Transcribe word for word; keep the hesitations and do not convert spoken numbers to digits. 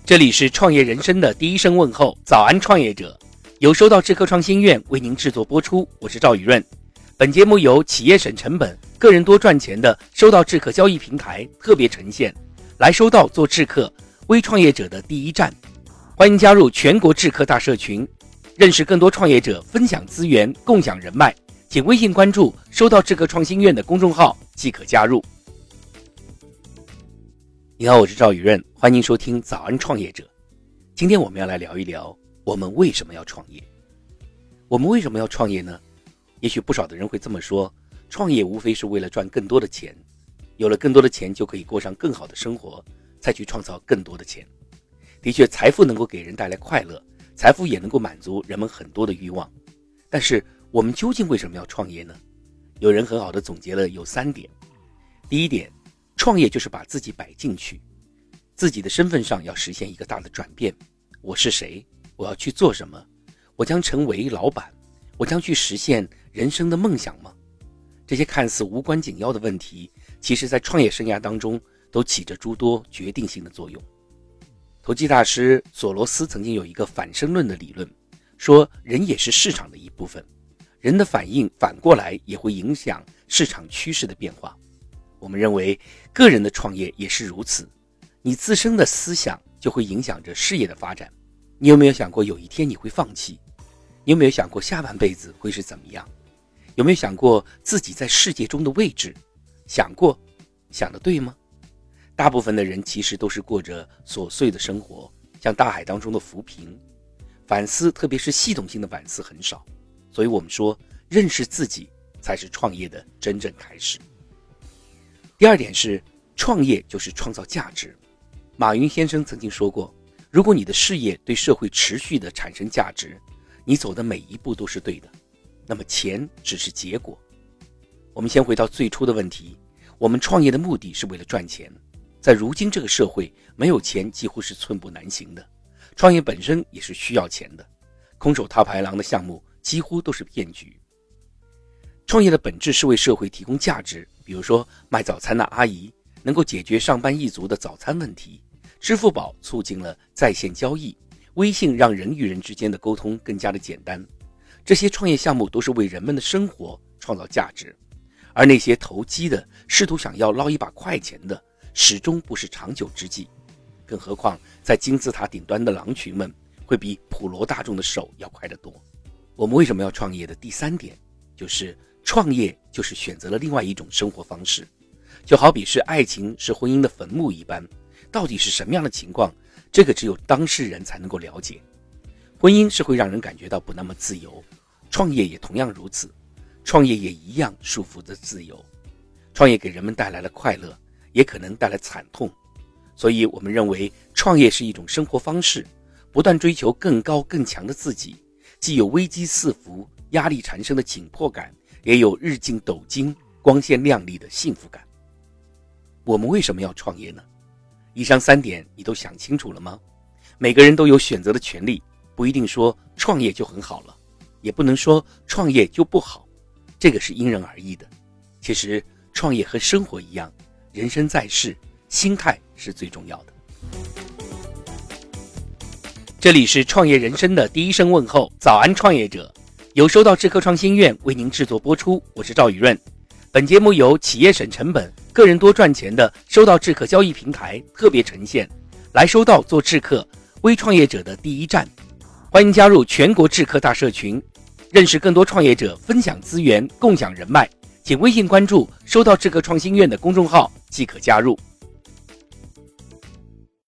这里是创业人生的第一声问候，早安创业者，由收到智科创新院为您制作播出，我是赵宇润。本节目由企业省成本、个人多赚钱的收到智科交易平台特别呈现，来收到做智科微创业者的第一站。欢迎加入全国智科大社群，认识更多创业者，分享资源，共享人脉。请微信关注收到智科创新院的公众号即可加入。你好，我是赵宇润，欢迎收听早安创业者。今天我们要来聊一聊我们为什么要创业。我们为什么要创业呢？也许不少的人会这么说，创业无非是为了赚更多的钱，有了更多的钱就可以过上更好的生活，才去创造更多的钱。的确，财富能够给人带来快乐，财富也能够满足人们很多的欲望。但是我们究竟为什么要创业呢？有人很好的总结了有三点。第一点，创业就是把自己摆进去，自己的身份上要实现一个大的转变。我是谁？我要去做什么？我将成为老板？我将去实现人生的梦想吗？这些看似无关紧要的问题，其实在创业生涯当中都起着诸多决定性的作用。投机大师索罗斯曾经有一个反生论的理论，说人也是市场的一部分，人的反应反过来也会影响市场趋势的变化。我们认为个人的创业也是如此，你自身的思想就会影响着事业的发展。你有没有想过有一天你会放弃？你有没有想过下半辈子会是怎么样？有没有想过自己在世界中的位置？想过？想得对吗？大部分的人其实都是过着琐碎的生活，像大海当中的浮萍，反思，特别是系统性的反思很少。所以我们说，认识自己才是创业的真正开始。第二点是，创业就是创造价值。马云先生曾经说过，如果你的事业对社会持续的产生价值，你走的每一步都是对的，那么钱只是结果。我们先回到最初的问题，我们创业的目的是为了赚钱。在如今这个社会，没有钱几乎是寸步难行的，创业本身也是需要钱的，空手套白狼的项目几乎都是骗局。创业的本质是为社会提供价值，比如说卖早餐的阿姨能够解决上班一族的早餐问题，支付宝促进了在线交易，微信让人与人之间的沟通更加的简单。这些创业项目都是为人们的生活创造价值，而那些投机的，试图想要捞一把快钱的，始终不是长久之计。更何况在金字塔顶端的狼群们会比普罗大众的手要快得多。我们为什么要创业的第三点，就是创业就是选择了另外一种生活方式。就好比是爱情是婚姻的坟墓一般，到底是什么样的情况，这个只有当事人才能够了解。婚姻是会让人感觉到不那么自由，创业也同样如此，创业也一样束缚着自由。创业给人们带来了快乐，也可能带来惨痛。所以我们认为创业是一种生活方式，不断追求更高更强的自己，既有危机四伏、压力缠身的紧迫感，也有日进斗金、光鲜亮丽的幸福感。我们为什么要创业呢？以上三点你都想清楚了吗？每个人都有选择的权利，不一定说创业就很好了，也不能说创业就不好，这个是因人而异的。其实创业和生活一样，人生在世，心态是最重要的。这里是创业人生的第一声问候，早安创业者，由收到智科创新院为您制作播出，我是赵宇润。本节目由企业省成本、个人多赚钱的收到智科交易平台特别呈现，来收到做智科微创业者的第一站。欢迎加入全国智科大社群，认识更多创业者，分享资源，共享人脉。请微信关注收到智科创新院的公众号即可加入。